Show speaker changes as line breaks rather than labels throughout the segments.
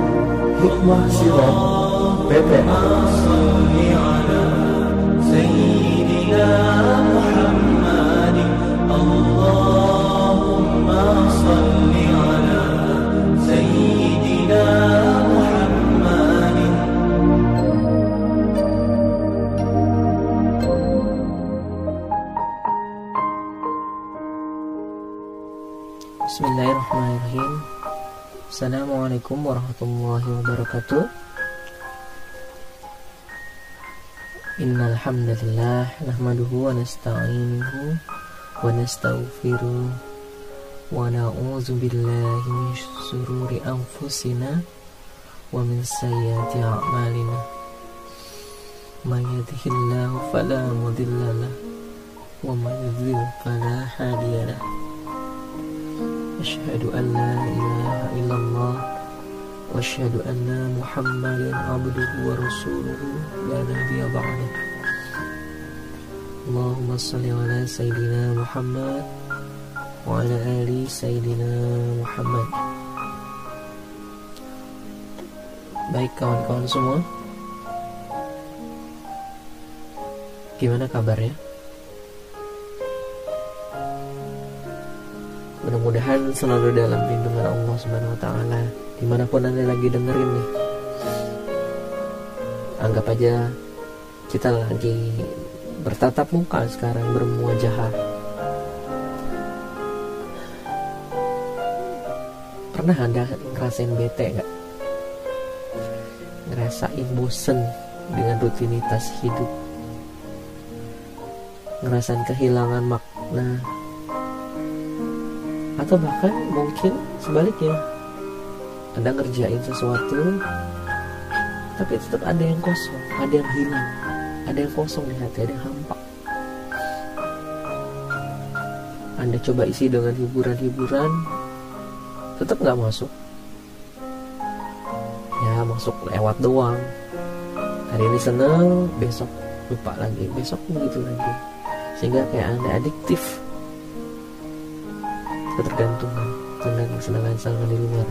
Hikmah Sirat PPA.
Bismillahirrahmanirrahim. Assalamualaikum warahmatullahi wabarakatuh. Innal hamdalillah nahmaduhu wa nasta'inuhu wa nastaghfiruh wa na'udzu billahi min shururi anfusina wa min sayyiati a'malina. May yahdihillahu fala mudilla lahu wa may yudlil fala hadiya lahu. Asyhadu an la ilaha illallah wa asyhadu anna Muhammadan abduhu wa rasuluhu la nabiyya ba'dahu. Allahumma shalli ala sayyidina Muhammad wa ala ali sayyidina Muhammad. Baik kawan-kawan semua, gimana kabarnya? Mudah-mudahan selalu dalam lindungan Allah Subhanahu wa Ta'ala, dimanapun Anda lagi dengerin nih. Anggap aja kita lagi bertatap muka sekarang, bermuajahah. Pernah Anda ngerasain bete gak? Ngerasain bosen dengan rutinitas hidup, ngerasain kehilangan makna, atau bahkan mungkin sebaliknya, Anda ngerjain sesuatu tapi tetap ada yang kosong, ada yang hilang, ada yang kosong di hati, ada yang hampa. Anda coba isi dengan hiburan-hiburan, tetap gak masuk. Ya masuk lewat doang. Hari ini seneng, besok lupa lagi, besok begitu lagi. Sehingga kayak Anda adiktif, ketergantungan dengan kesenangan-kesenangan di luar.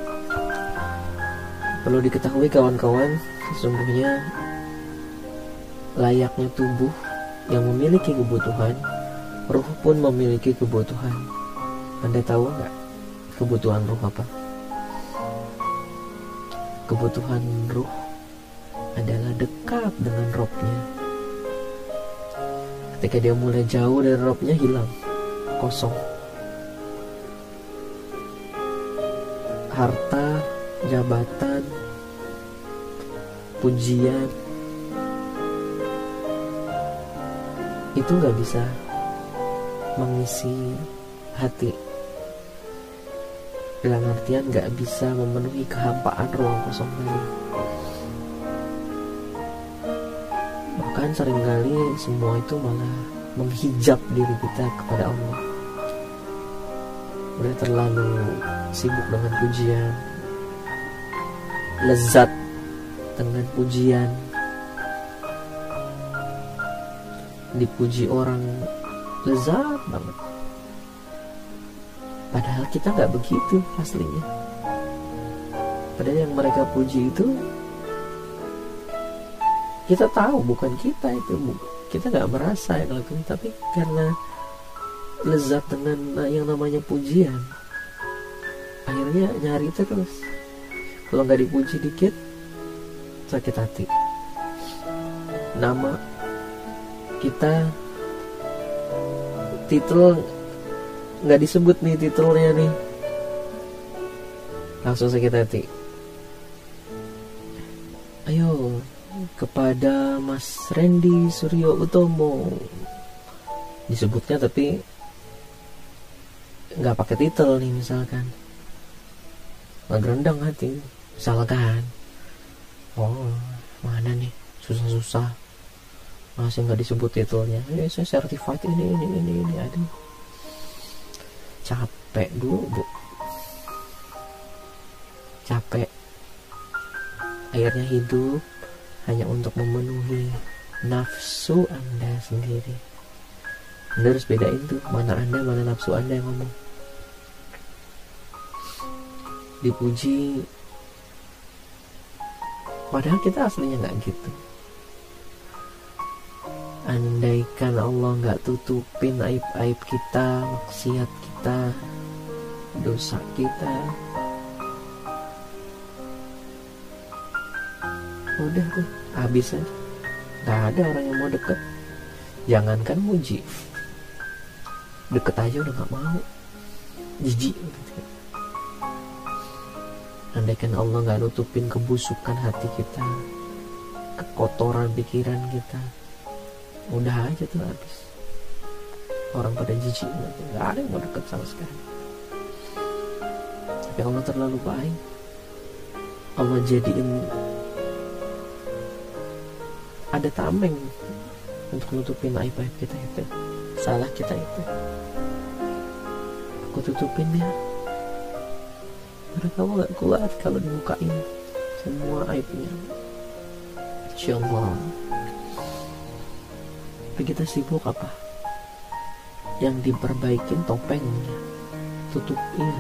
Perlu diketahui kawan-kawan, sesungguhnya layaknya tubuh yang memiliki kebutuhan, ruh pun memiliki kebutuhan. Anda tahu nggak kebutuhan ruh apa? Kebutuhan ruh adalah dekat dengan Robnya. Ketika dia mulai jauh dari Robnya, hilang, kosong. Harta, jabatan, pujian itu gak bisa mengisi hati. Dalam artian gak bisa memenuhi kehampaan ruang kosong tadi. Bahkan seringkali semua itu malah menghijab diri kita kepada Allah. Udah terlalu sibuk dengan pujian, lezat dengan pujian, dipuji orang lezat banget. Padahal kita gak begitu aslinya. Padahal yang mereka puji itu kita tahu bukan kita itu, kita gak merasa yang lakukan, tapi karena lezat dengan yang namanya pujian, akhirnya nyari terus. Kalau nggak dipuji dikit, sakit hati. Nama kita, titel nggak disebut nih, titelnya nih, langsung sakit hati. Ayo, kepada Mas Randy Suryo Utomo disebutnya tapi nggak pakai titel nih, misalkan nggak gerendang hati, misalkan. Oh mana nih, susah-susah masih nggak disebut titelnya. Saya certified ini. Aduh, capek dulu bu, capek. Akhirnya hidup hanya untuk memenuhi nafsu Anda sendiri. Anda harus bedain tuh, mana Anda, mana nafsu Anda yang ngomong. Dipuji Padahal kita aslinya nggak gitu. Andaikan Allah nggak tutupin aib-aib kita, maksiat kita, dosa kita, udah tuh habis aja. Nggak ada orang yang mau deket. Jangankan muji, deket aja udah nggak mau, jijik. Andaikan Allah nggak nutupin kebusukan hati kita, kekotoran pikiran kita, udah aja tuh habis. Orang pada jijik, nggak ada yang mau deket sama sekali. Tapi Allah terlalu baik. Allah jadiin ada tameng untuk nutupin aib-aib kita itu, salah kita itu. Aku tutupin ya, karena kamu gak kuat kalau dibukain semua aibnya. Insyaallah. Tapi kita sibuk apa? Yang diperbaikin topengnya, tutupin,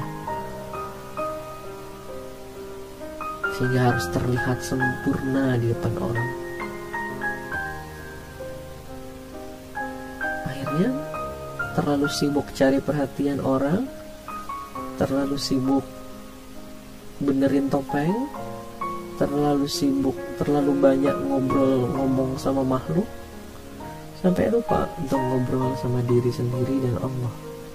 sehingga harus terlihat sempurna di depan orang. Akhirnya terlalu sibuk cari perhatian orang, terlalu sibuk benerin topeng, terlalu sibuk, terlalu banyak ngomong sama makhluk, sampai lupa untuk ngobrol sama diri sendiri dan Allah.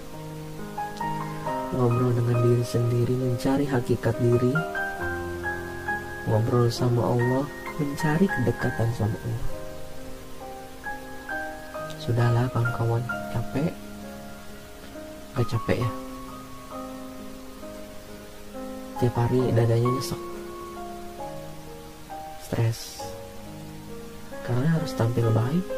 Ngobrol dengan diri sendiri, mencari hakikat diri. Ngobrol sama Allah, mencari kedekatan sama Allah. Sudahlah kawan-kawan, capek? Gak capek ya? Tiap hari dadanya nyesek, stres, karena harus tampil baik.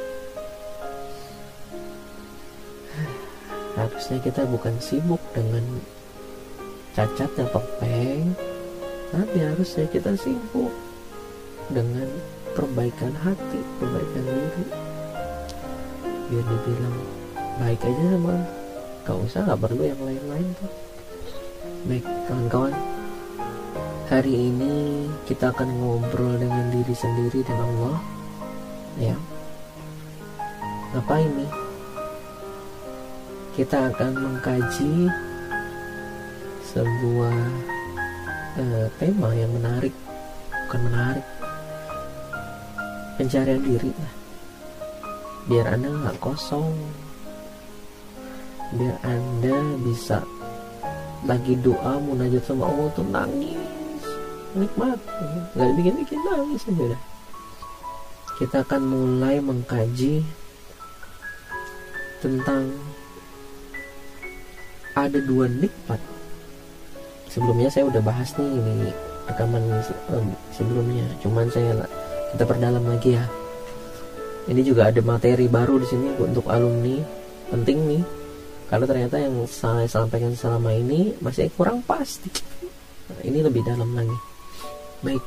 Harusnya kita bukan sibuk dengan cacatnya topeng, tapi harusnya kita sibuk dengan perbaikan hati, perbaikan diri. Biar dibilang baik aja sama, gak usah, gak perlu yang lain-lain tuh. Baik kawan-kawan, hari ini kita akan ngobrol dengan diri sendiri dan Allah. Ya, ngapain nih? Kita akan mengkaji sebuah tema yang menarik, bukan menarik, pencarian diri lah. Biar Anda gak kosong, biar Anda bisa lagi doa munajat sama Allah tuh nangis, nikmat, gak bikin nangis aja dah. Kita akan mulai mengkaji tentang ada dua nikmat. Sebelumnya saya udah bahas nih ini rekaman sebelumnya, cuman kita perdalam lagi ya. Ini juga ada materi baru di sini untuk alumni, penting nih, karena ternyata yang saya sampaikan selama ini masih kurang pasti. Nah, ini lebih dalam lagi. Baik,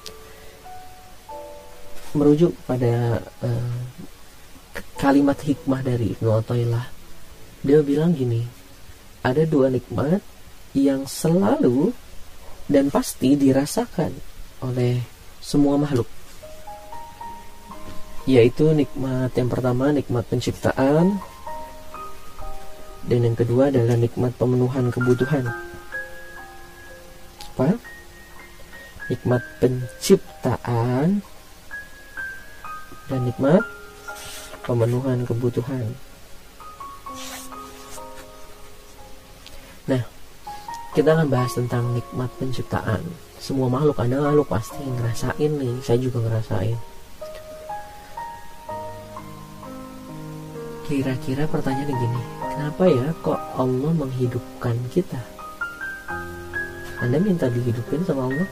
merujuk pada kalimat hikmah dari Ibnu Athaillah. Dia bilang gini, ada dua nikmat yang selalu dan pasti dirasakan oleh semua makhluk, yaitu nikmat yang pertama, nikmat penciptaan, dan yang kedua adalah nikmat pemenuhan kebutuhan. Apa? Nikmat penciptaan dan nikmat pemenuhan kebutuhan. Nah, kita akan bahas tentang nikmat penciptaan. Semua makhluk, Anda makhluk pasti ngerasain nih, saya juga ngerasain. Kira-kira pertanyaannya gini, kenapa ya kok Allah menghidupkan kita? Anda minta dihidupin sama Allah?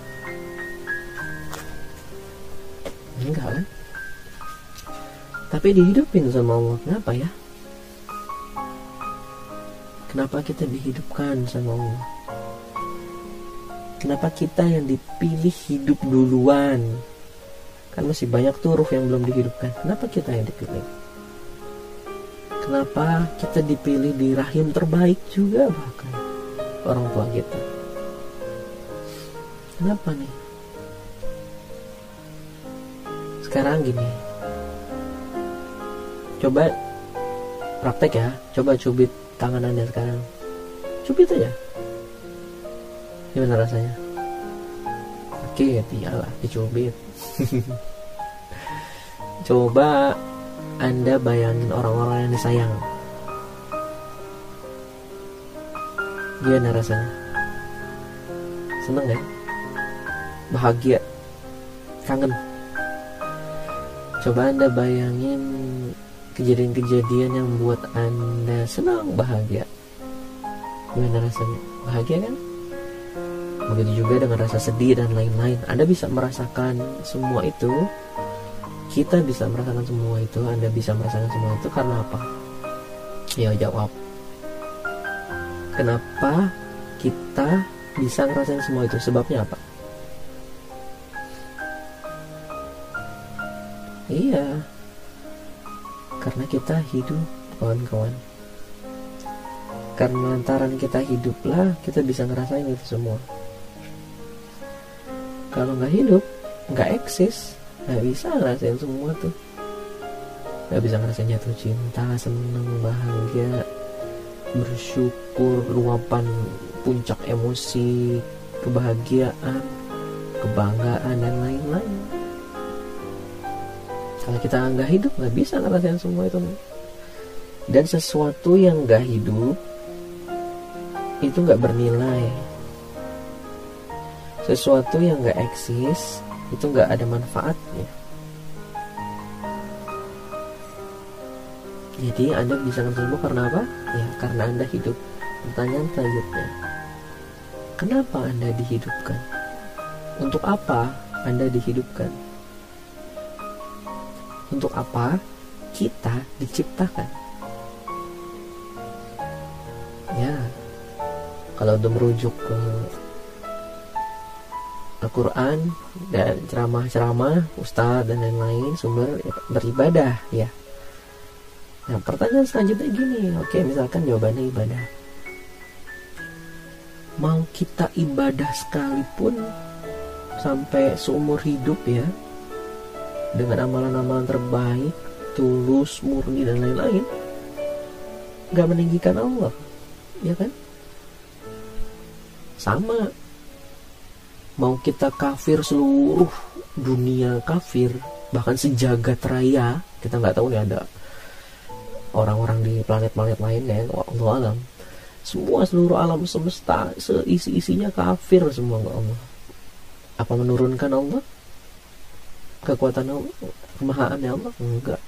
Enggak kan? Tapi dihidupin sama Allah, kenapa ya? Kenapa kita dihidupkan sama Allah? Kenapa kita yang dipilih hidup duluan? Kan masih banyak tuh ruh yang belum dihidupkan. Kenapa kita yang dipilih? Kenapa kita dipilih di rahim terbaik juga bahkan orang tua kita? Kenapa nih? Sekarang gini, coba praktek ya, coba cubit tangan Anda sekarang, cubit aja, gimana rasanya? Oke, iyalah, dicubit. Coba Anda bayangin orang-orang yang disayang, gimana rasanya? Seneng ya? Bahagia? Kangen? Coba Anda bayangin kejadian-kejadian yang membuat Anda senang, bahagia. Gimana rasanya? Bahagia kan? Begitu juga dengan rasa sedih dan lain-lain. Anda bisa merasakan semua itu. Kita bisa merasakan semua itu. Anda bisa merasakan semua itu karena apa? Ya jawab. Kenapa kita bisa ngerasain semua itu? Sebabnya apa? Iya, karena kita hidup, kawan-kawan. Karena lantaran kita hiduplah kita bisa ngerasain itu semua. Kalau nggak hidup, nggak eksis, nggak bisa ngerasain semua tuh. Nggak bisa ngerasain jatuh cinta, seneng, bahagia, bersyukur, luapan puncak emosi, kebahagiaan, kebanggaan, dan lain-lain. Kalau kita nggak hidup, nggak bisa ngerasain semua itu. Dan sesuatu yang nggak hidup itu nggak bernilai. Sesuatu yang nggak eksis itu nggak ada manfaatnya. Jadi Anda bisa sembuh karena apa? Ya karena Anda hidup. Pertanyaan selanjutnya, kenapa Anda dihidupkan? Untuk apa Anda dihidupkan? Untuk apa kita diciptakan? Ya, kalau udah merujuk ke Al-Quran dan ceramah-ceramah ustadz dan lain-lain, sumber beribadah ya. Nah pertanyaan selanjutnya gini, oke misalkan jawabannya ibadah. Mau kita ibadah sekalipun sampai seumur hidup ya, dengan amalan-amalan terbaik, tulus, murni dan lain-lain, gak meninggikan Allah, ya kan? Sama. Mau kita kafir seluruh dunia kafir, bahkan sejagat raya, kita nggak tahu nih ada orang-orang di planet-planet lain ya, Allah alam. Semua seluruh alam semesta seisi-isinya kafir semua nggak Allah. Apa menurunkan Allah? Kekuatan Allah, kemahaannya Allah? Enggak.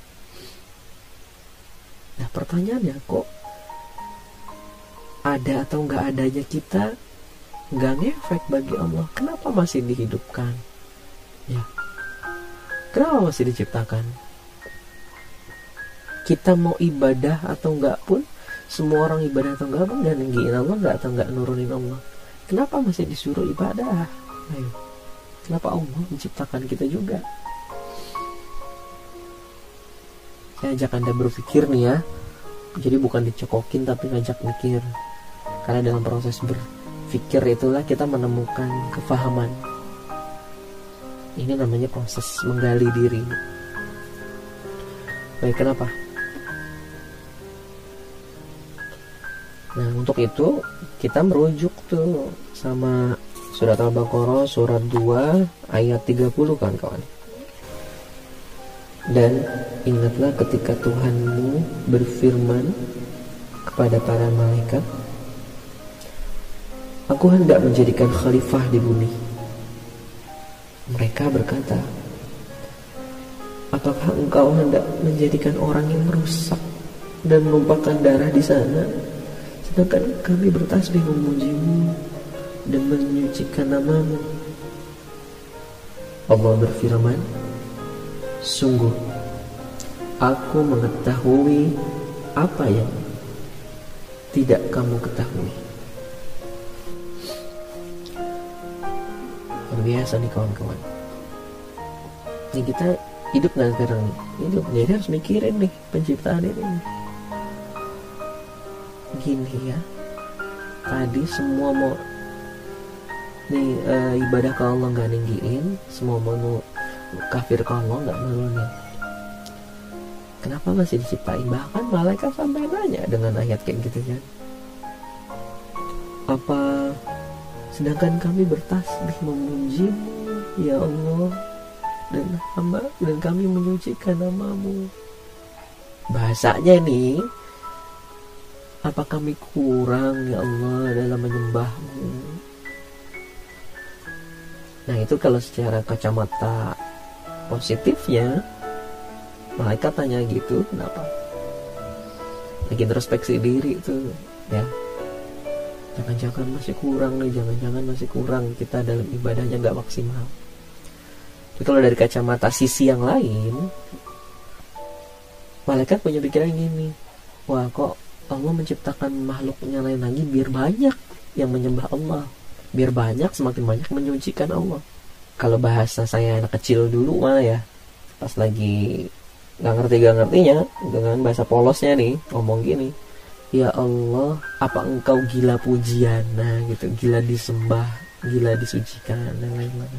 Nah pertanyaannya, kok ada atau nggak adanya kita nggak ngefek bagi Allah? Kenapa masih dihidupkan? Ya, kenapa masih diciptakan? Kita mau ibadah atau nggak pun, semua orang ibadah atau nggak pun, dan ninggiin Allah nggak atau nggak nurunin Allah, kenapa masih disuruh ibadah? Ayo, kenapa Allah menciptakan kita juga? Saya ajak Anda berpikir nih ya. Jadi bukan dicokokin tapi ngajak mikir. Karena dalam proses berpikir itulah kita menemukan kefahaman. Ini namanya proses menggali diri. Baik, kenapa? Nah untuk itu kita merujuk tuh sama surat Al-Baqarah surat 2 ayat 30 kawan-kawan. Dan ingatlah ketika Tuhanmu berfirman kepada para malaikat, Aku hendak menjadikan khalifah di bumi. Mereka berkata, apakah engkau hendak menjadikan orang yang merusak dan menumpahkan darah di sana, sedangkan kami bertasbih memujimu dan menyucikan namamu? Allah berfirman, sungguh aku mengetahui apa yang tidak kamu ketahui. Luar biasa nih kawan-kawan. Ini kita hidup gak sekarang nih? Hidup, jadi harus mikirin nih penciptaan ini. Gini ya, tadi semua mau nih ibadah ke Allah gak ninggiin, semua mau kafir ke Allah, nggak nurunin. Kenapa masih diciptain? Bahkan malaikat sampai nanya dengan ayat kayak gitu kan, apa sedangkan kami bertasbih memujimu ya Allah, dan kami menyucikan namamu. Bahasanya nih, apa kami kurang ya Allah dalam menyembahmu? Nah itu kalau secara kacamata positifnya, malaikat tanya gitu, kenapa? Lagi introspeksi diri tuh ya, jangan-jangan masih kurang nih, jangan-jangan masih kurang, kita dalam ibadahnya gak maksimal. Tapi kalau dari kacamata sisi yang lain, malaikat punya pikiran gini, wah kok Allah menciptakan makhluknya lain lagi biar banyak yang menyembah Allah, biar banyak, semakin banyak menyucikan Allah. Kalau bahasa saya anak kecil dulu mah ya, pas lagi gak ngertinya dengan bahasa polosnya nih, ngomong gini, ya Allah, apa engkau gila pujian, nah gitu, gila disembah, gila disucikan dan lain-lain.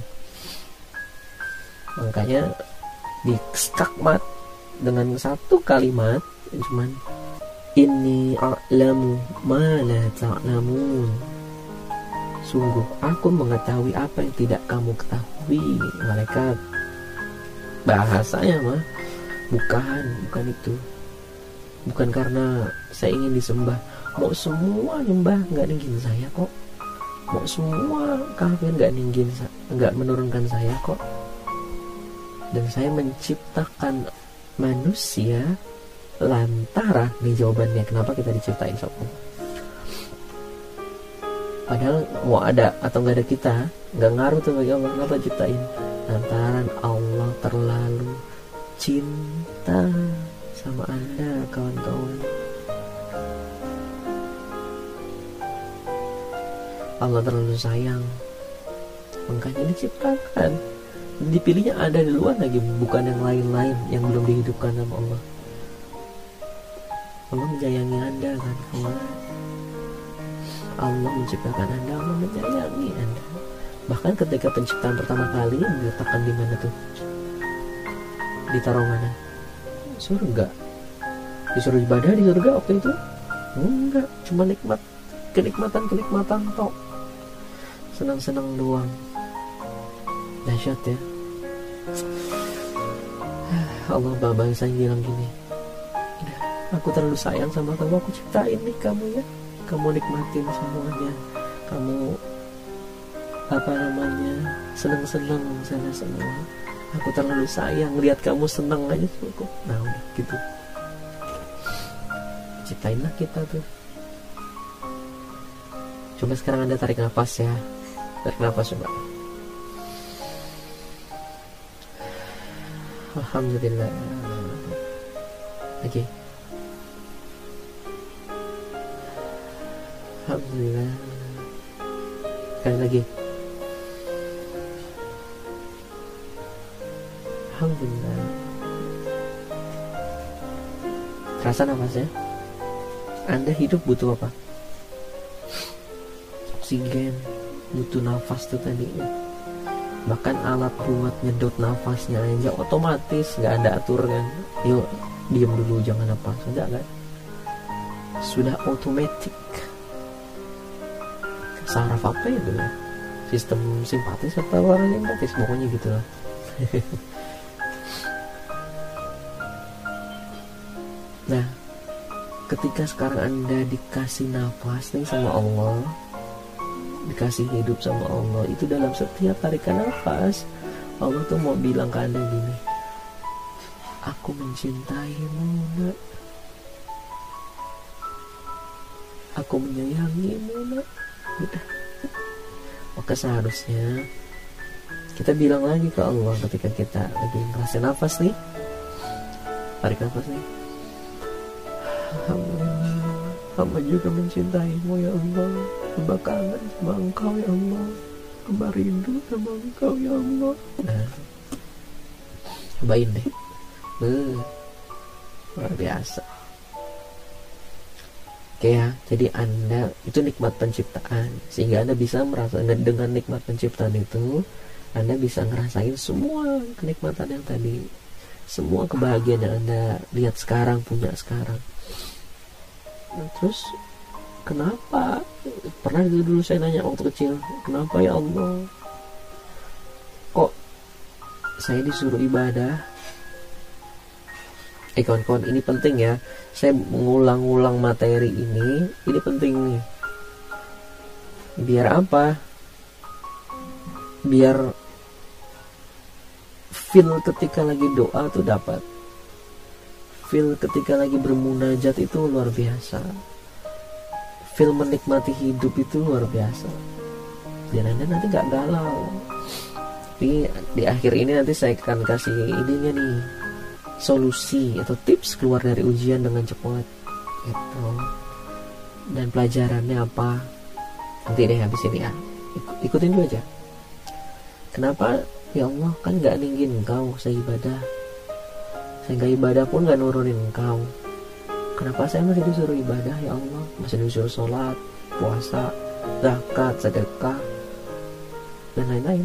Makanya di skakmat dengan satu kalimat cuman inni a'lamu ma la ta'lamun, sungguh aku mengetahui apa yang tidak kamu ketahui. Malaikat bahasanya mah bukan itu, bukan karena saya ingin disembah, mau semua nyembah nggak ninggin saya kok, mau semua kafir nggak menurunkan saya kok. Dan saya menciptakan manusia lantaran, nih jawabannya kenapa kita diciptain sama Allah. Padahal mau ada atau nggak ada kita nggak ngaruh tuh bagi Allah, kenapa ciptain? Lantaran Allah terlalu cinta sama Anda kawan-kawan. Allah terlalu sayang, makanya diciptakan. Dipilihnya ada di luar lagi, bukan yang lain-lain yang belum dihidupkan sama Allah. Allah menyayangi Anda kan kawan. Allah menciptakan Anda, Allah menyayangi Anda. Bahkan ketika penciptaan pertama kali diletakkan di mana tuh? Ditaruh mana? Surga. Disuruh ibadah di surga waktu itu? Enggak, cuma kenikmatan tok. Senang-senang doang. Dahsyat ya. Allah bangsa bilang gini, aku terlalu sayang sama kamu, aku ciptain nih kamu ya, kamu nikmatin semuanya, kamu seneng-seneng sana semua, aku terlalu sayang, lihat kamu seneng aja cukup. Nah udah gitu, ciptainlah kita tuh. Coba sekarang Anda tarik nafas ya, tarik nafas coba. Alhamdulillah. Oke. Alhamdulillah. Sekali lagi. Alhamdulillah. Terasa nafasnya? Anda hidup butuh apa? Oksigen. Butuh nafas tuh tadi. Bahkan alat buat nyedot nafasnya aja otomatis, nggak ada atur kan, yuk diam dulu jangan nafas, enggak kan, sudah otomatis. Saraf apa itu ya, sistem simpatis atau parasimpatis, pokoknya gitu lah. Nah ketika sekarang Anda dikasih nafas nih sama Allah, dikasih hidup sama Allah, itu dalam setiap tarikan nafas Allah tuh mau bilang ke Anda gini, aku mencintaimu nak, aku menyayangimu nak. Udah. Maka seharusnya kita bilang lagi ke Allah ketika kita lagi ngerasain nafas nih, tarik nafas nih, alhamdulillah hamba juga mencintaimu ya Allah, hamba kangen sama engkau ya Allah, hamba rindu sama engkau ya Allah. Nah, cobain deh, luar biasa. Oke ya, jadi Anda itu nikmat penciptaan, sehingga Anda bisa merasa dengan nikmat penciptaan itu Anda bisa ngerasain semua kenikmatan yang tadi, semua kebahagiaan yang Anda lihat sekarang, punya sekarang. Nah, terus kenapa? Pernah dulu saya nanya waktu kecil, kenapa ya Allah kok saya disuruh ibadah? Kawan-kawan, ini penting ya, saya mengulang-ulang materi ini penting nih. Biar apa? Biar feel ketika lagi doa tuh dapat, feel ketika lagi bermunajat itu luar biasa, feel menikmati hidup itu luar biasa. Biar Anda nanti gak galau. Tapi di akhir ini nanti saya akan kasih idenya nih, solusi atau tips keluar dari ujian dengan cepat gitu. Dan pelajarannya apa, nanti deh habis ini ya, ikutin dulu aja. Kenapa ya Allah kan gak ninggiin engkau saya ibadah, saya gak ibadah pun gak nurunin engkau, kenapa saya masih disuruh ibadah ya Allah, masih disuruh sholat, puasa, zakat, sedekah dan lain-lain.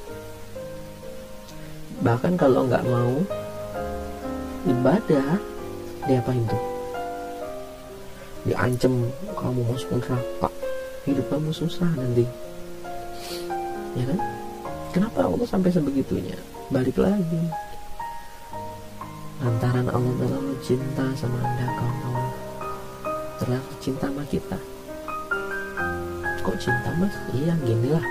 Bahkan kalau gak mau ibadah, diapain tuh? Diancam kamu masuk neraka, hidup kamu susah nanti, ya kan? Kenapa Allah sampai sebegitunya? Balik lagi, lantaran Allah terlalu cinta sama Anda, kawan-kawan, terlalu cinta sama kita. Kok cinta mas? Iya gini lah,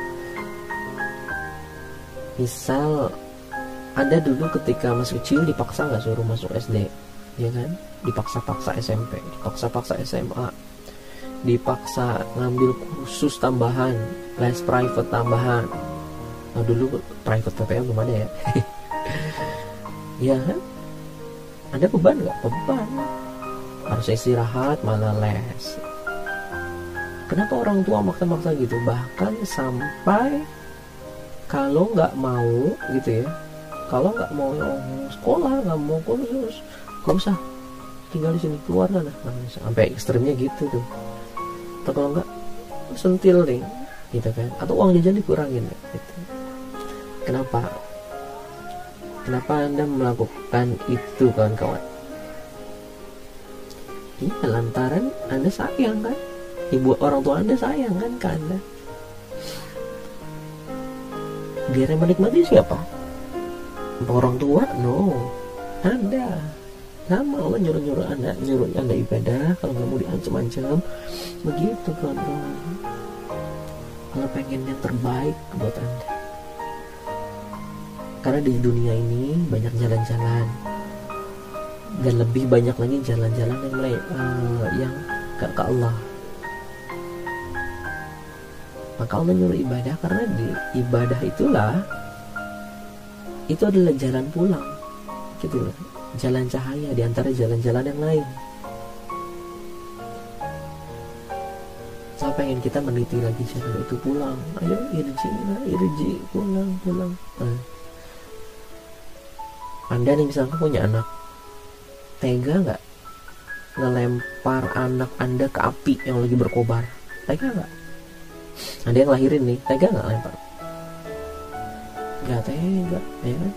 misal Anda dulu ketika masih kecil dipaksa gak suruh masuk SD, ya kan? Dipaksa-paksa SMP, dipaksa-paksa SMA, dipaksa ngambil kursus tambahan, les private tambahan. Nah dulu private PPM belum ada ya. Ya kan? Ada beban gak? Beban. Harus istirahat malah les. Kenapa orang tua maksa-maksa gitu? Bahkan sampai kalau gak mau gitu ya, kalau nggak mau sekolah, nggak mau kursus, nggak usah, tinggal di sini, keluar sana. Sampai ekstrimnya gitu tuh. Atau kalau nggak sentil nih, gitu kan? Atau uang jajan dikurangin, gitu. Kenapa? Kenapa Anda melakukan itu, kawan-kawan? Iya, lantaran Anda sayang kan? Ibu orang tua Anda sayang kan ke Anda. Biar yang menikmati siapa? Orang tua? No, Anda. Sama Allah nyuruh Anda ibadah. Kalau nggak mau diancam-ancam, begitu kawan-kawan. Kalau pengen yang terbaik buat Anda. Karena di dunia ini banyak jalan-jalan, dan lebih banyak lagi jalan-jalan yang gak ke Allah. Maka Allah nyuruh ibadah, karena di ibadah itulah, itu adalah jalan pulang, gitu loh, jalan cahaya di antara jalan-jalan yang lain. Saya pengen kita meniti lagi jalan itu, pulang. Ayo irji, pulang. Nah. Anda nih misalkan punya anak, tega nggak ngelempar anak Anda ke api yang lagi berkobar? Tega nggak? Anda yang lahirin nih, tega nggak lempar? Gak tega, ya kan?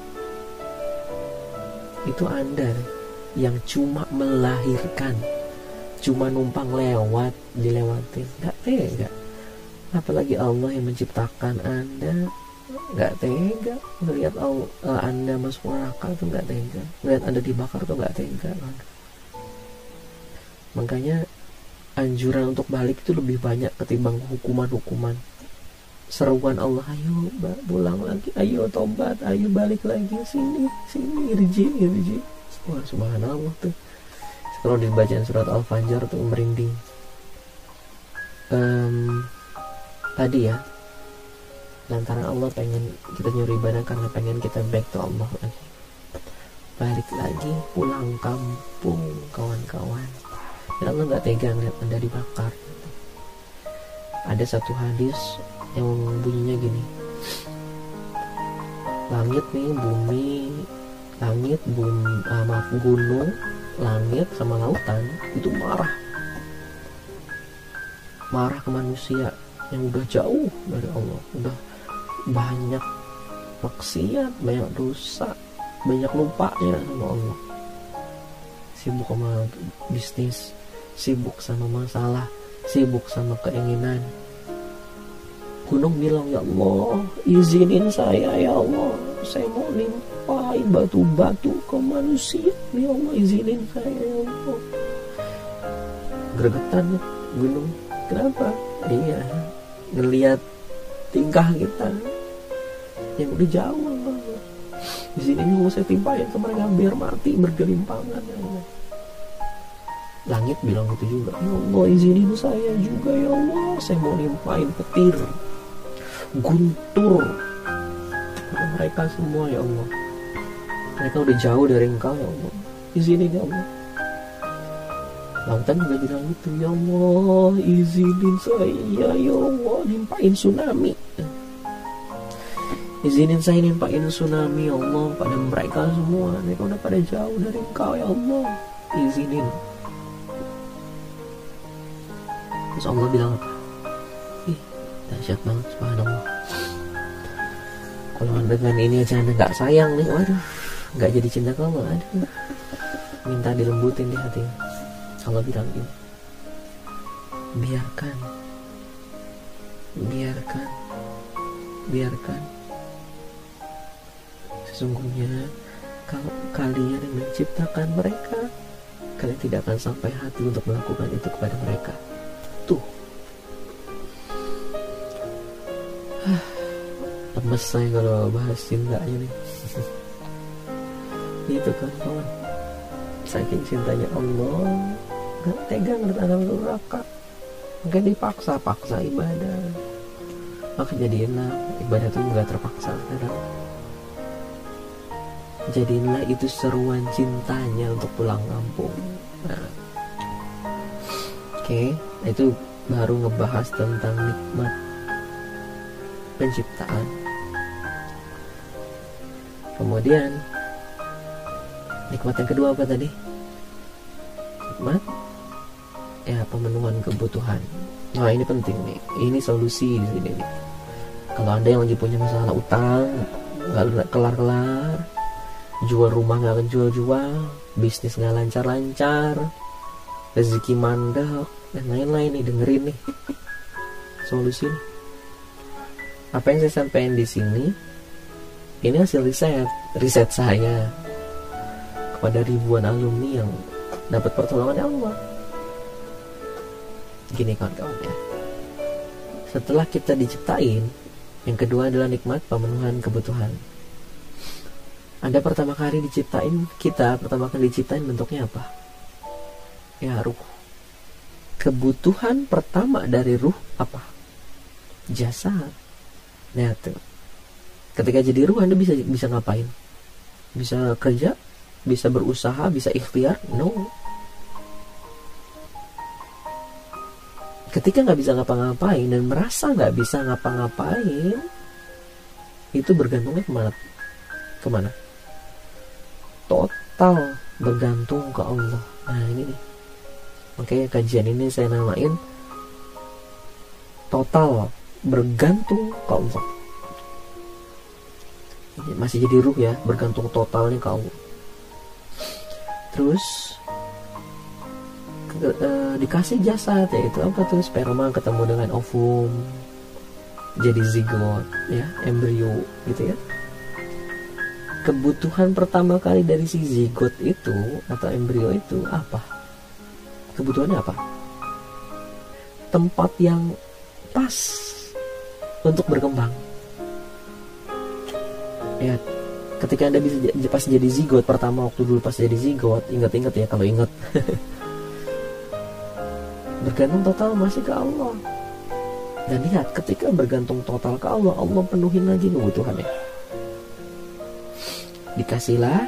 Itu Anda yang cuma melahirkan, cuma numpang lewat, dilewatin, gak tega. Apalagi Allah yang menciptakan Anda, gak tega. Ngelihat Anda masuk neraka tuh gak tega, ngelihat Anda dibakar tuh gak tega kan? Makanya anjuran untuk balik itu lebih banyak ketimbang hukuman-hukuman. Seruan Allah, ayo pulang lagi, ayo tobat, ayo balik lagi, sini irji. Wah, subhanallah tuh. Kalau dibacaan surat Al-Fajr tuh merinding. Tadi ya, lantaran Allah pengen kita nyuri ibadah, karena pengen kita back to Allah lagi, balik lagi, pulang kampung, kawan-kawan. Dan Allah gak tega ngeliat Anda dibakar. Ada satu hadis yang bunyinya gini, gunung, langit sama lautan itu marah ke manusia yang udah jauh dari Allah, udah banyak maksiat, banyak dosa, banyak lupanya sama Allah, sibuk sama bisnis, sibuk sama masalah, sibuk sama keinginan. Gunung bilang, ya Allah, izinin saya ya Allah, saya mau limpahin batu-batu ke manusia, ya Allah, izinin saya ya Allah. Gregetan gunung, kenapa? Iya, ngelihat tingkah kita yang udah jauh Allah. Izinin mau saya timpahin ke mereka biar mati bergelimpangan ya Allah. Langit bilang gitu juga, ya Allah, izinin saya juga ya Allah, saya mau limpahin petir, guntur pada mereka semua ya Allah. Mereka udah jauh dari Engkau ya Allah, izinin ya Allah. Lautan juga bilang gitu, ya Allah, izinin saya ya Allah, limpahin tsunami, izinin saya limpahin tsunami ya Allah pada mereka semua. Mereka udah pada jauh dari Engkau ya Allah, izinin. Terus Allah bilang apa? Ih, dahsyat banget, subhanallah. Kalau dengan ini aja anda gak sayang nih, waduh, gak jadi cinta kamu, aduh, minta dilembutin di hati. Allah bilang ini, biarkan, sesungguhnya kalau kalian yang menciptakan mereka, kalian tidak akan sampai hati untuk melakukan itu kepada mereka. Tuh, lemes saya kalau bahas cintanya nih. Itu kan kawan, saking cintanya Allah, gak tega ngeliat anak neraka, mungkin dipaksa ibadah. Maka jadilah ibadah itu gak terpaksa sekarang. Jadilah itu seruan cintanya untuk pulang kampung. Nah, oke, itu baru ngebahas tentang nikmat penciptaan. Kemudian nikmat yang kedua apa tadi? Nikmat pemenuhan kebutuhan. Nah, ini penting nih. Ini solusi di sini nih. Kalau Anda yang lagi punya masalah utang, nggak kelar-kelar, jual rumah nggak kejual-jual, bisnis nggak lancar-lancar, rezeki mandek dan lain-lain nih, dengerin nih solusi nih. Apa yang saya sampaikan di sini ini hasil riset saya kepada ribuan alumni yang dapat pertolongan Allah. Gini kawan-kawan ya, setelah kita diciptain, yang kedua adalah nikmat pemenuhan kebutuhan. Anda pertama kali diciptain bentuknya apa? Ya, ruh. Kebutuhan pertama dari ruh apa? Jasad. Nah tuh, ketika jadi ruh Anda bisa ngapain? Bisa kerja, bisa berusaha, bisa ikhtiar? No. Ketika nggak bisa ngapa-ngapain dan merasa nggak bisa ngapa-ngapain, itu bergantungnya kemana? Total bergantung ke Allah. Nah ini nih, makanya kajian ini saya namain total bergantung ke Allah. Ini masih jadi ruh ya, bergantung totalnya ke Allah. Terus dikasih jasad, yaitu apa tuh? Sperma ketemu dengan ovum, jadi zigot ya, embrio gitu ya. Kebutuhan pertama kali dari si zigot itu atau embrio itu apa? Kebutuhannya apa? Tempat yang pas untuk berkembang. Ya, ketika Anda bisa pas jadi zigot pertama, waktu dulu pas jadi zigot, ingat-ingat ya kalau ingat. Bergantung total masih ke Allah. Dan lihat, ketika bergantung total ke Allah, Allah penuhin lagi kebutuhannya. Dikasihlah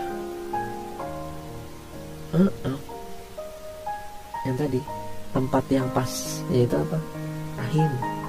yang tadi, tempat yang pas, yaitu apa? Rahim.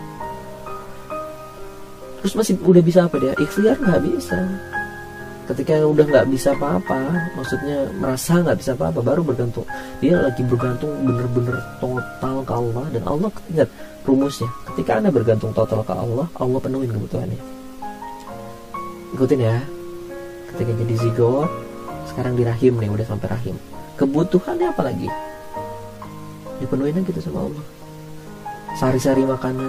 Terus masih udah bisa apa dia? Ikhtiar nggak bisa. Ketika udah nggak bisa apa-apa, maksudnya merasa nggak bisa apa-apa, baru bergantung. Dia lagi bergantung bener-bener total ke Allah. Dan Allah, ingat rumusnya, ketika Anda bergantung total ke Allah, Allah penuhin kebutuhannya. ikutin ya. Ketika jadi zigot, sekarang di rahim nih, udah sampai rahim. Kebutuhannya apa lagi? Dipenuhin gitu sama Allah. Sari-sari makanan.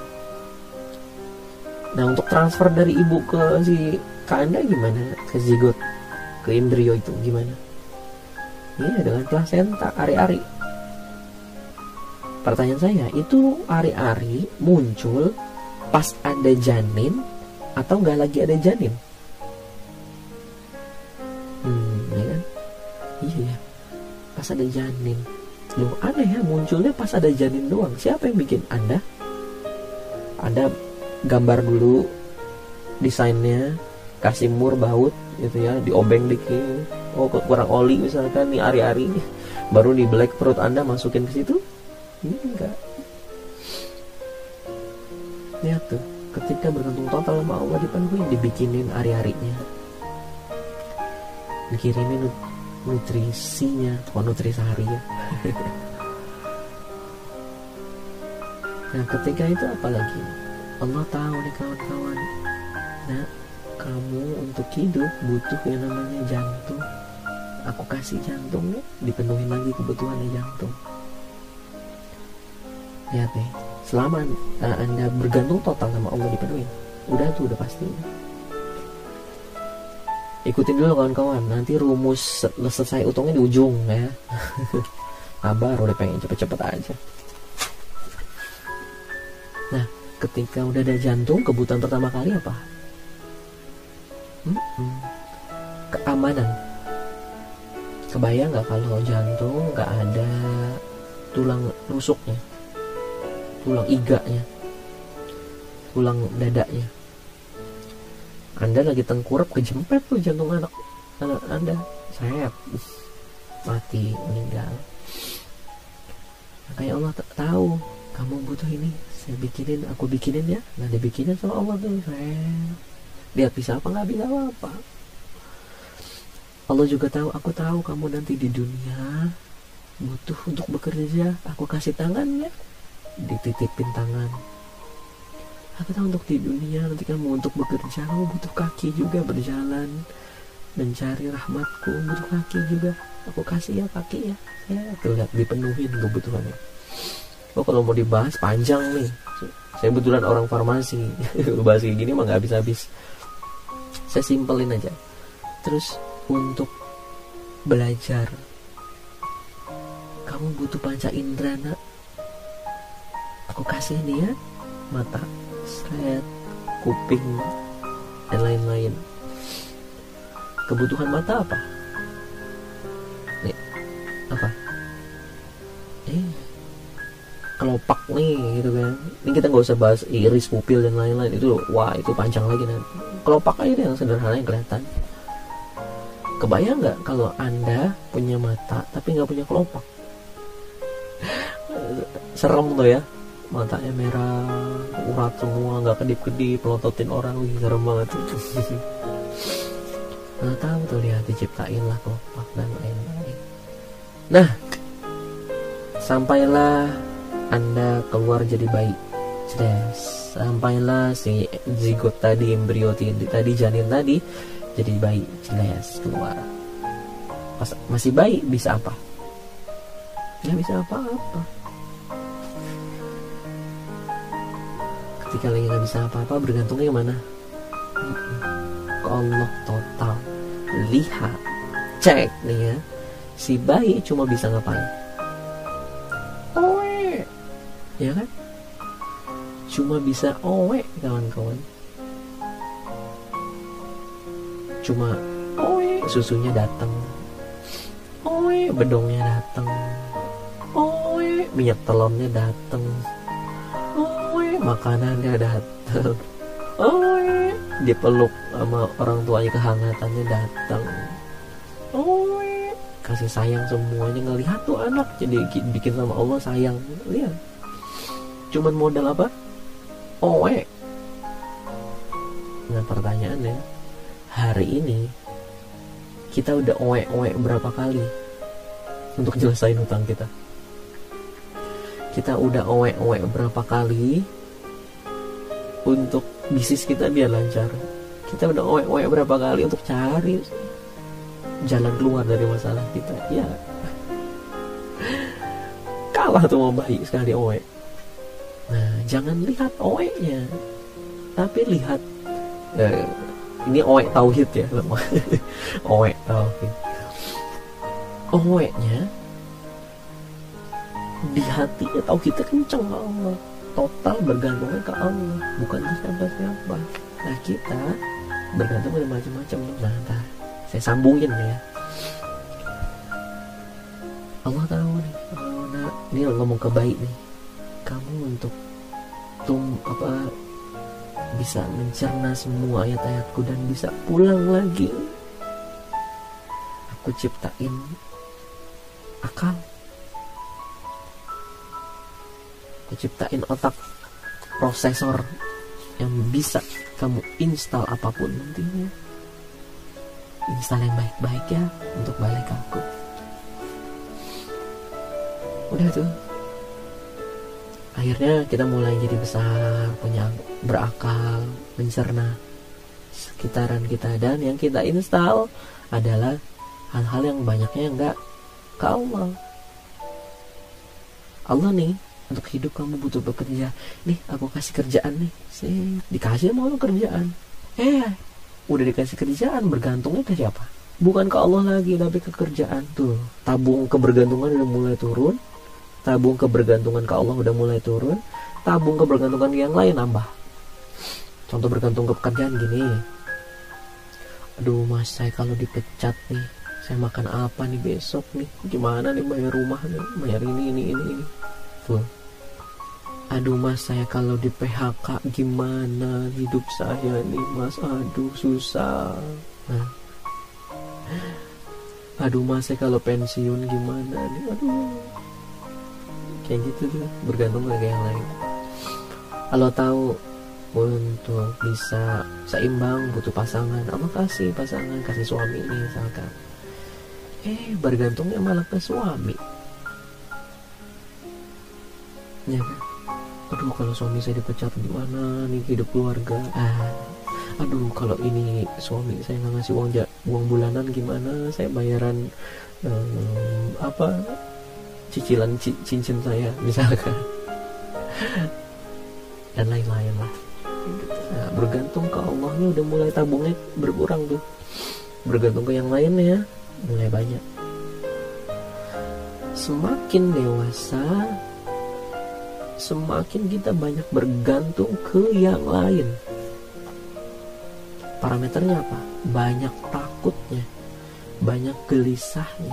Nah, untuk transfer dari ibu ke Anda gimana? Ke zigot, ke embrio itu gimana? Iya, dengan plasenta, ari-ari. Pertanyaan saya, itu ari-ari muncul pas ada janin atau nggak lagi ada janin? Ya kan? Iya, pas ada janin. Loh, aneh ya, munculnya pas ada janin doang. Siapa yang bikin? Anda gambar dulu desainnya, kasih mur baut gitu ya, diobeng dikit. Oh, kurang oli misalkan nih ari-ari, baru di black perut Anda masukin ke situ. Ini enggak. Lihat tuh, ketika bergantung total sama Allah, dipenuhi, dibikinin ari-arinya, dikirimin nutrisinya, nutrisari ya. Nah, ketika itu apa lagi? Allah tahu nih kawan-kawan. Nah, kamu untuk hidup butuh yang namanya jantung. Aku kasih jantungnya, dipenuhin lagi kebutuhannya jantung. Lihat nih, selama Anda bergantung total sama Allah, dipenuhin. Udah tuh, udah pasti. Ikutin dulu kawan-kawan, nanti rumus selesai utangnya di ujung ya. Sabar, udah pengen cepet-cepet aja. Nah, ketika udah ada jantung, kebutuhan pertama kali apa? Keamanan. Kebayang gak kalau jantung gak ada tulang rusuknya, tulang iganya, tulang dadanya? Anda lagi tengkurap, kejempet tuh jantung anak Anda, sayap, mati, meninggal. Kayak Allah tahu kamu butuh ini, aku bikinin ya. Nah, dibikinin sama Allah tuh, dia bisa apa, nggak bisa apa. Allah juga tahu, aku tahu kamu nanti di dunia butuh untuk bekerja, aku kasih tangannya, dititipin tangan. Aku tahu untuk di dunia nanti kamu untuk bekerja, kamu butuh kaki juga berjalan mencari rahmatku, butuh kaki juga, aku kasih ya kaki ya. Ya, tuh lihat, dipenuhin kebutuhannya. Oh, kalau mau dibahas panjang nih. Saya kebetulan orang farmasi, bahas kayak gini mah nggak habis-habis. Saya simpelin aja. Terus untuk belajar, kamu butuh panca indera, nak. Aku kasih nih ya, mata, seret, kuping, dan lain-lain. Kebutuhan mata apa? Nih, apa? Kelopak nih gitu kan. Ini kita nggak usah bahas iris, pupil dan lain-lain, itu wah, itu panjang lagi nanti. Kelopak aja deh yang sederhana yang kelihatan. Kebayang nggak kalau Anda punya mata tapi nggak punya kelopak? Serem tuh ya, matanya merah, urat semua, nggak kedip-kedip, pelototin orang, serem banget. Nggak tahu tuh, lihat, diciptain lah kelopak dan lain-lain. Nah, sampailah Anda keluar jadi bayi. Sampailah si zigot tadi, embrio tadi, janin tadi jadi bayi, jelas keluar. Pas masih bayi bisa apa? Nggak bisa apa-apa. Ketika lagi nggak bisa apa-apa, bergantungnya kemana? Ke Allah total. Lihat, cek nih ya, si bayi cuma bisa ngapain? Owe, ya kan? Cuma bisa owe, kawan-kawan. Cuma owe, susunya datang, owe, bedongnya datang, owe, minyak telurnya datang, owe, makanannya datang, owe, dipeluk sama orang tuanya, kehangatannya datang, owe, kasih sayang semuanya. Ngelihat tuh anak jadi bikin sama Allah sayang. Lihat, cuman modal apa? Owe. Nah, pertanyaannya, hari ini kita udah owe berapa kali untuk jelasain hutang kita? Kita udah owe berapa kali untuk bisnis kita biar lancar? Kita udah oek-oek berapa kali untuk cari jalan keluar dari masalah kita. Ya, kalah tuh mau bayi sekali oek. Nah, jangan lihat oeknya, tapi lihat ini oek tauhid ya. Oek tauhid. Oeknya di hatinya tauhidnya kenceng ke Allah, total bergantungnya ke Allah, bukan ke siapa-siapa. Nah, kita bergantung pada macam-macam. Nah, ntar saya sambungin ya. Allah tahu nih, nah, ini ngomong ke baik nih, kamu untuk bisa mencerna semua ayat-ayatku dan bisa pulang lagi. Aku ciptain akal, aku ciptain otak, prosesor yang bisa kamu install apapun nantinya. Install yang baik-baik ya untuk balik aku. Udah tuh, akhirnya kita mulai jadi besar, punya berakal, mencerna sekitaran kita, dan yang kita install adalah hal-hal yang banyaknya enggak ke Allah. Allah nih, untuk hidup kamu butuh bekerja. Nih, aku kasih kerjaan nih. Dikasih mau kerjaan. Udah dikasih kerjaan, bergantungnya ke siapa? Bukan ke Allah lagi, tapi ke kerjaan tuh. Tabung kebergantungan udah mulai turun. Tabung kebergantungan ke Allah udah mulai turun. Tabung kebergantungan yang lain nambah. Contoh bergantung ke pekerjaan gini. Aduh mas, saya kalau dipecat nih, saya makan apa nih besok nih? Gimana nih bayar rumah nih? Bayar ini. Tuh. Aduh mas, saya kalau di PHK gimana hidup saya nih mas? Aduh susah. Nah. Aduh mas, saya kalau pensiun gimana nih? Aduh. Kayak gitu tuh, bergantung ke yang lain. Kalau tahu untuk bisa seimbang butuh pasangan, Allah kasih pasangan, kasih suami nih misalkan. Bergantungnya malah ke suami. Ya kan? Aduh kalau suami saya dipecat gimana nih hidup keluarga? Aduh kalau ini suami saya nggak ngasih uang bulanan gimana? Saya bayaran cicilan cincin saya misalkan, dan lain-lain lah. Nah, bergantung ke Allahnya udah mulai tabungnya berkurang tuh. Bergantung ke yang lainnya mulai banyak. Semakin dewasa, semakin kita banyak bergantung ke yang lain. Parameternya apa? Banyak takutnya, banyak gelisahnya.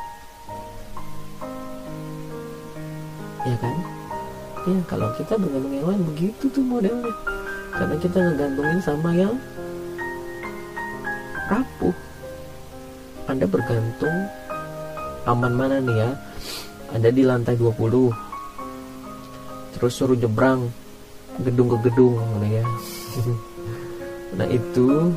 Ya kan? Ya kalau kita bergantung yang lain begitu tuh modelnya. Karena kita ngegantungin sama yang rapuh. Anda bergantung aman mana nih ya? Anda di lantai 20, terus suruh nyebrang gedung ke gedung ya. Nah itu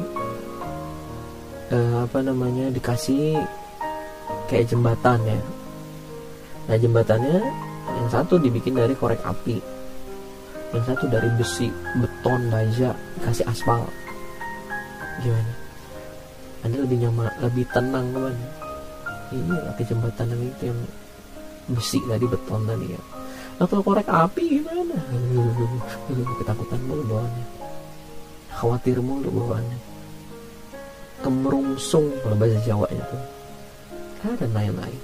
dikasih kayak jembatan ya. Nah jembatannya yang satu dibikin dari korek api, yang satu dari besi, beton, baja, kasih aspal. Gimana? Anda lebih nyaman, lebih tenang kemana? Ini pakai jembatan yang itu yang besi tadi, beton tadi ya. Nah kalau korek api gimana? Ketakutan mulu bawaannya, khawatir mulu bawaannya, kemerungsung kalau bahasa Jawanya tuh, dan lain-lain.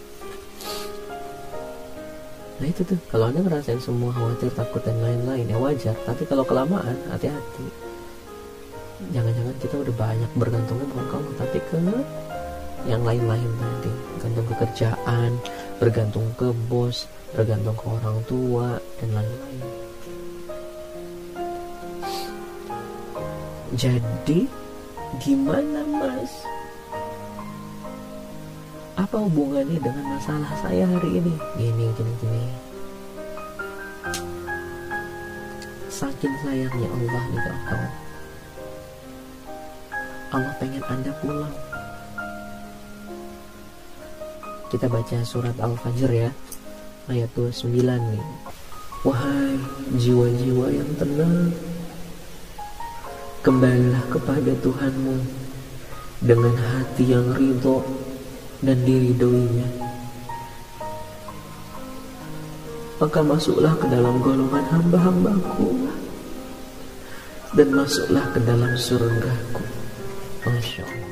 Nah itu tuh, kalau Anda ngerasain semua khawatir, takut dan lain-lain ya wajar. Tapi kalau kelamaan, hati-hati. Jangan-jangan kita udah banyak bergantungnya bukan kamu, tapi ke yang lain-lain tadi. Bergantung ke kerjaan, bergantung ke bos, bergantung ke orang tua dan lain-lain. Jadi gimana mas? Apa hubungannya dengan masalah saya hari ini? Gini. Saking sayangnya Allah nih ke kamu. Allah pengen Anda pulang. Kita baca surat Al-Fajr ya, ayat 29 nih. Wahai jiwa-jiwa yang tenang, kembalilah kepada Tuhanmu dengan hati yang ridho dan diridhoinya. Maka masuklah ke dalam golongan hamba-hambaku dan masuklah ke dalam surgaku. Masya Allah.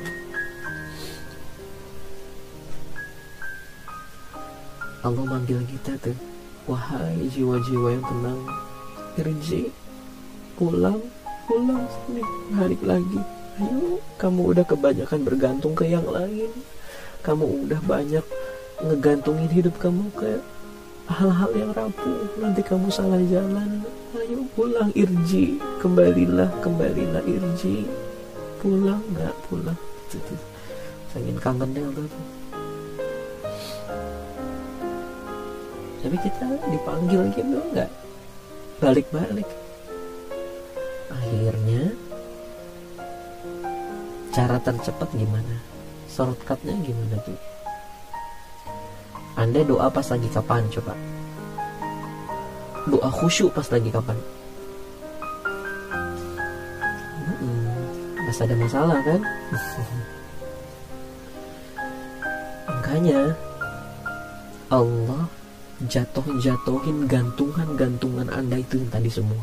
Allah manggil kita tuh, wahai jiwa-jiwa yang tenang, irji, pulang sini, balik lagi. Ayo, kamu udah kebanyakan bergantung ke yang lain. Kamu udah banyak ngegantungin hidup kamu ke hal-hal yang rapuh. Nanti kamu salah jalan. Ayo pulang, irji, kembalilah irji. Pulang, nggak pulang. Saking kangennya tuh. Tapi kita dipanggil gitu nggak balik-balik. Akhirnya cara tercepat gimana? Shortcutnya gimana tuh? Anda doa pas lagi kapan coba? Doa khusyuk pas lagi kapan? Pas ada masalah kan? Makanya Allah jatuhin gantungan Anda itu yang tadi semua.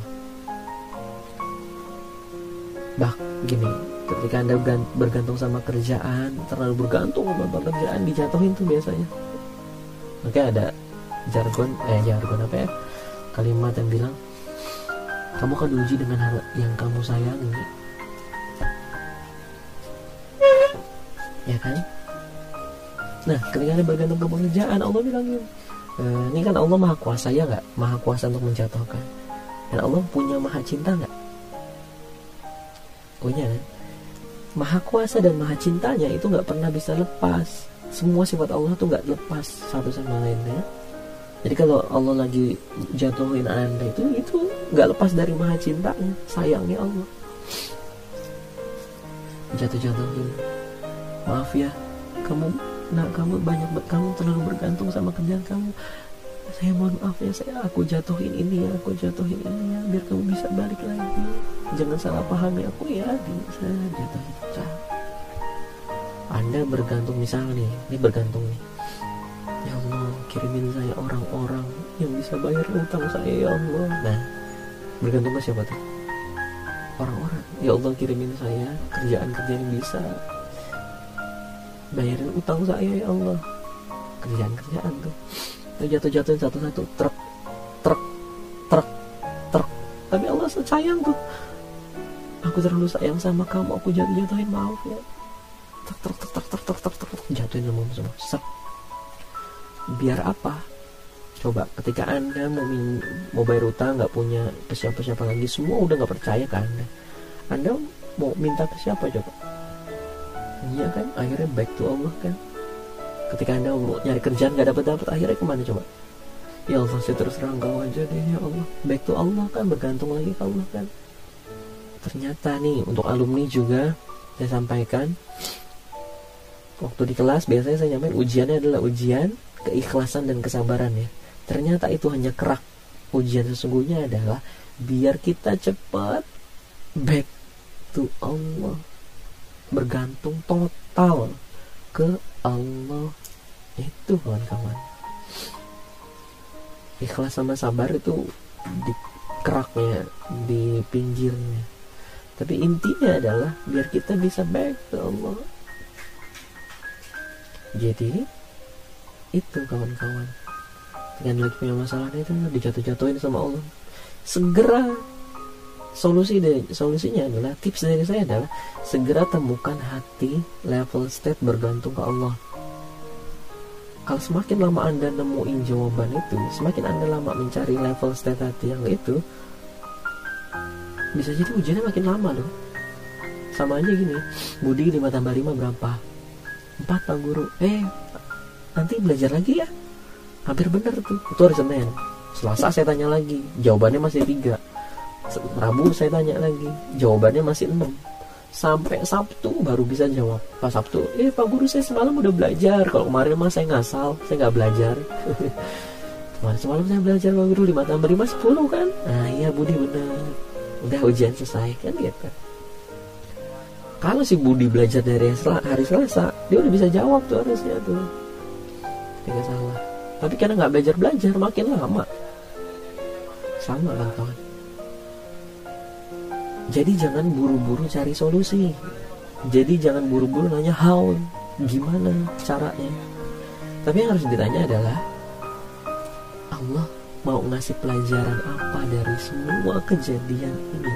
Gini, ketika Anda bergantung sama kerjaan, terlalu bergantung sama pekerjaan, dijatuhin tuh biasanya. Makanya ada jargon apa ya, kalimat yang bilang, kamu akan diuji dengan hal yang kamu sayangi. Ya kan? Nah, ketika Anda bergantung ke pekerjaan, Allah bilang ini kan Allah maha kuasa, ya gak? Maha kuasa untuk menjatuhkan. Dan Allah punya maha cinta gak? Punya kan? Maha kuasa dan maha cintanya itu gak pernah bisa lepas. Semua sifat Allah tuh gak lepas satu sama lainnya. Jadi kalau Allah lagi jatuhin Anda itu gak lepas dari maha cintanya, sayangnya Allah. Jatuhin. Maaf ya, kamu terlalu bergantung sama kerjaan kamu. Saya mohon maaf ya, aku jatuhin ini ya, biar kamu bisa balik lagi. Jangan salah pahami aku ya, saya jatuhin. Anda bergantung misalnya ini bergantung nih. Ya Allah, kirimin saya orang-orang yang bisa bayar utang saya ya Allah. Nah, bergantung ke siapa tuh? Orang-orang. Ya Allah, kirimin saya kerjaan yang bisa bayarin utang saya ya Allah. Kerjaan tuh jatuhin satu-satu, truk. Tapi Allah sayang tuh, aku terlalu sayang sama kamu, aku jatuhin, maaf ya. Truk, jatuhin semua. Sep. Biar apa? Coba ketika Anda mau bayar utang, nggak punya ke siapa lagi, semua udah nggak percaya ke Anda mau minta ke siapa coba? Iya kan, akhirnya back to Allah kan. Ketika Anda mau nyari kerjaan gak dapat, akhirnya kemana coba? Ya Allah, saya terserah Engkau aja deh ya Allah. Back to Allah kan, bergantung lagi ke Allah kan. Ternyata nih untuk alumni juga saya sampaikan, waktu di kelas biasanya saya nyamain ujiannya adalah ujian keikhlasan dan kesabaran ya. Ternyata itu hanya kerak. Ujian sesungguhnya adalah biar kita cepat back to Allah, bergantung total ke Allah. Itu kawan-kawan, ikhlas sama sabar itu di keraknya, di pinggirnya. Tapi intinya adalah biar kita bisa back to Allah. Jadi itu kawan-kawan, dengan lagi punya masalah itu dijatuhin sama Allah, segera solusinya adalah, tips dari saya adalah segera temukan hati level state bergantung ke Allah. Kalau semakin lama Anda nemuin jawaban itu, semakin Anda lama mencari level state hati yang itu, bisa jadi ujiannya makin lama dong. Sama aja gini, Budi 5 tambah 5 berapa? 4 Pak Guru. Nanti belajar lagi ya. Hampir benar tuh. Itu hari Senin. Selasa saya tanya lagi, jawabannya masih 3. Rabu saya tanya lagi, jawabannya masih 6. Sampai Sabtu baru bisa jawab. Pas Sabtu, Pak Guru saya semalam udah belajar. Kalau kemarin mah saya ngasal, saya gak belajar. Semalam saya belajar Pak Guru, 5 tambah 5 10 kan. Nah iya Budi bener. Udah ujian selesai kan gitu. Kalau si Budi belajar dari hari Selasa, dia udah bisa jawab tuh harusnya tuh ketika salah. Tapi karena nggak belajar makin lama sama kan kawan. Jadi jangan buru-buru cari solusi. Jadi jangan buru-buru nanya how, gimana caranya. Tapi yang harus ditanya adalah Allah mau ngasih pelajaran apa dari semua kejadian ini.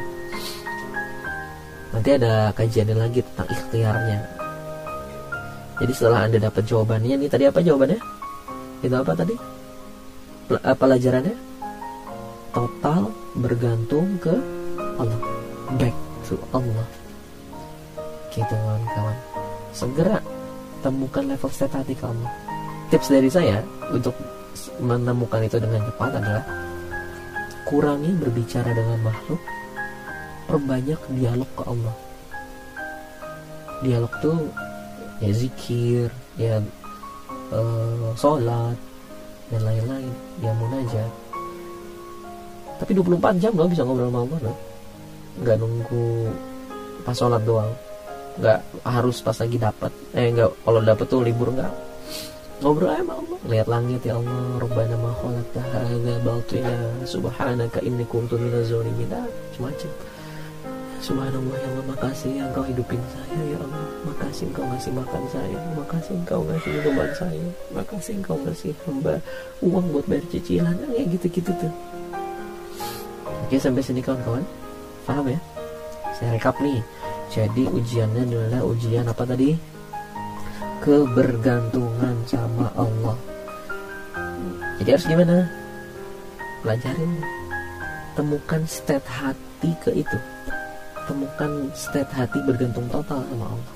Nanti ada kajiannya lagi tentang ikhtiarnya. Jadi setelah Anda dapat jawabannya, nih tadi apa jawabannya? Itu apa tadi? Pelajarannya? Total bergantung ke Allah. Back to Allah. Gitu kawan-kawan. Segera temukan level state hati ke Allah. Tips dari saya untuk menemukan itu dengan cepat adalah kurangi berbicara dengan makhluk, perbanyak dialog ke Allah. Dialog tuh ya zikir, ya sholat dan lain-lain, ya munajat. Tapi 24 jam loh bisa ngobrol sama Allah loh. Nggak nunggu pas sholat doang, nggak harus pas lagi dapat. Nggak, kalau dapat tuh libur nggak. Ngobrol aja sama Allah, lihat langit, ya Allah, Rabbana ma khalaqta hadza batila, subhanaka inni kuntu minaz zalimin, macam-macam. Subhanallah, ya Allah, makasih Engkau hidupin saya, ya Allah, makasih Engkau ngasih makan saya, makasih Engkau ngasih minuman saya, makasih Engkau ngasih hamba uang buat bayar cicilan, kayak gitu-gitu tuh. Oke, sampai sini kawan-kawan, paham ya? Saya rekap nih. Jadi ujiannya adalah ujian apa tadi? Kebergantungan sama Allah. Jadi harus gimana? Pelajarin, temukan state hati ke itu. Temukan state hati bergantung total sama Allah.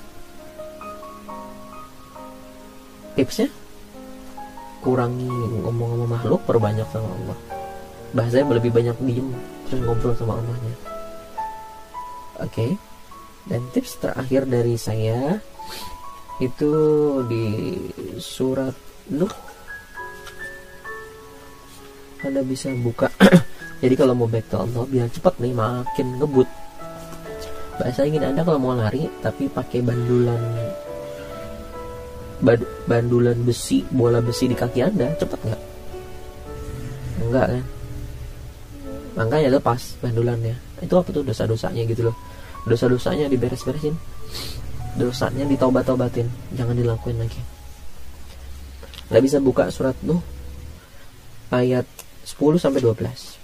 Tipsnya, kurangi ngomong sama makhluk, perbanyak sama Allah. Bahasanya lebih banyak diem, terus ngobrol sama Allahnya. Oke. Dan tips terakhir dari saya itu di surat Nuh. Anda bisa buka. Jadi kalau mau back to Allah biar cepat nih, makin ngebut. Bahasa ingin Anda kalau mau lari tapi pakai bandulan besi, bola besi di kaki Anda, cepat nggak? Enggak kan? Makanya lepas bandulannya. Itu apa tuh dosa-dosanya gitu loh. Dosa-dosanya diberes-beresin, dosanya ditaubat-taubatin, jangan dilakuin lagi. Nggak bisa buka surat Nuh ayat 10-12.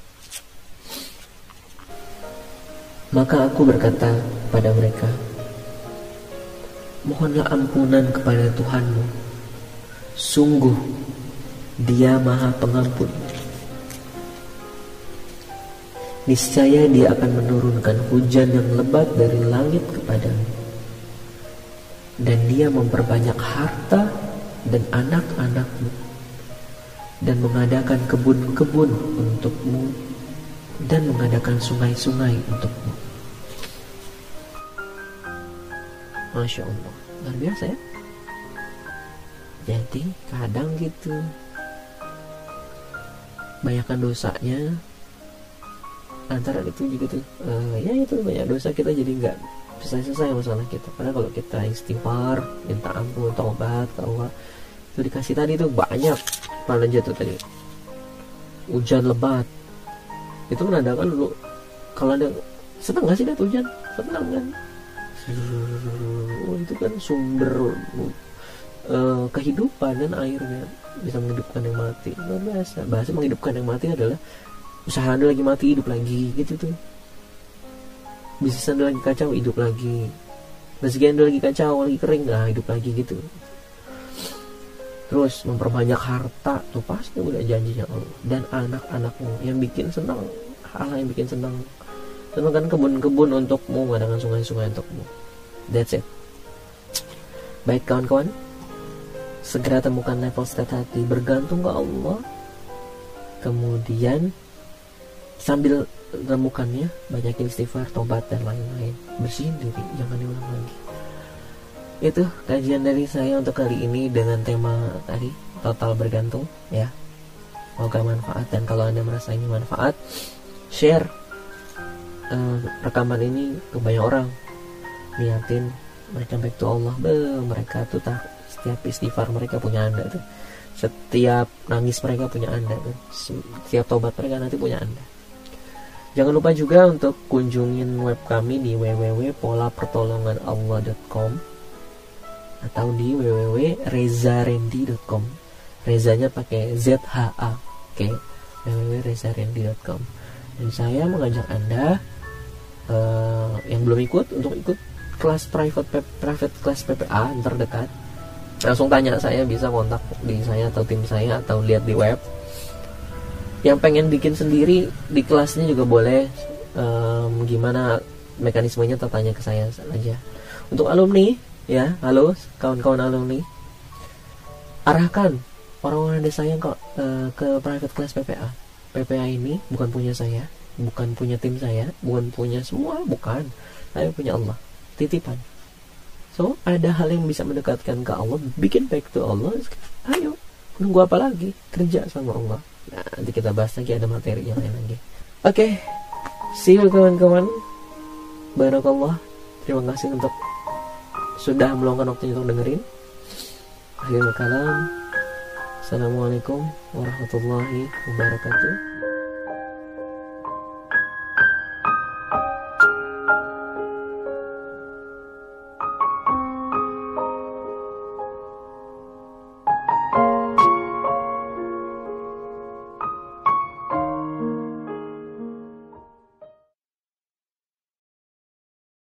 Maka aku berkata pada mereka, mohonlah ampunan kepada Tuhanmu, sungguh Dia Maha Pengampun. Niscaya Dia akan menurunkan hujan yang lebat dari langit kepadamu, dan Dia memperbanyak harta dan anak-anakmu, dan mengadakan kebun-kebun untukmu, dan mengadakan sungai-sungai untukmu. Masya Allah, luar biasa ya. Jadi kadang gitu, banyakkan dosanya, antara itu juga tuh ya itu banyak dosa kita jadi nggak selesai masalah kita. Karena kalau kita istighfar, minta ampun, taubat ke Allah, itu dikasih tadi tuh banyak. Mana jatuh tadi hujan lebat, itu menandakan dulu kalau ada senang nggak sih lihat hujan? Senang kan? Itu kan sumber kehidupan, dan airnya bisa menghidupkan yang mati. Luar biasa. Bahasa menghidupkan yang mati adalah usaha Anda lagi mati, hidup lagi gitu tuh. Bisnis Anda lagi kacau, hidup lagi. Rezeki Anda lagi kacau, lagi kering, hidup lagi gitu. Terus memperbanyak harta, tuh pasti udah janjinya Allah. Dan anak-anakmu yang bikin senang, hal yang bikin senang. Tentukan kebun-kebun untukmu, mengadakan sungai-sungai untukmu. That's it. Baik kawan-kawan, segera temukan level state hati bergantung ke Allah. Kemudian sambil temukannya, banyakin istighfar, tobat dan lain-lain. Bersihin diri, jangan diulang lagi. Itu kajian dari saya untuk kali ini dengan tema tadi, total bergantung ya. Semoga manfaat, dan kalau Anda merasa ini manfaat, share rekaman ini ke banyak orang. niatin mereka back to Allah, mereka tuh setiap istighfar mereka punya Anda tuh, setiap nangis mereka punya Anda tuh, setiap tobat mereka nanti punya Anda. Jangan lupa juga untuk kunjungin web kami di www.polapertolonganallah.com atau di www.rezarendi.com. Rezanya pakai ZHA, oke, www.rezarendi.com. Dan saya mengajak Anda yang belum ikut untuk ikut kelas private kelas PPA terdekat. Langsung tanya saya, bisa kontak di saya atau tim saya atau lihat di web. Yang pengen bikin sendiri di kelasnya juga boleh, gimana mekanismenya tertanya ke saya aja. Untuk alumni ya, halo kawan-kawan alumni, arahkan orang-orang ada saya kok ke private class PPA. PPA ini bukan punya saya, bukan punya tim saya, bukan punya semua, bukan, tapi punya Allah, titipan. So ada hal yang bisa mendekatkan ke Allah, bikin back to Allah. Ayo, nunggu apa lagi, kerja sama Allah. Nah, nanti kita bahas lagi, ada materi yang lain lagi. Oke, see you kawan-kawan. Barakallah. Terima kasih untuk sudah meluangkan waktunya untuk dengerin. Akhirul kalam. Assalamualaikum warahmatullahi wabarakatuh.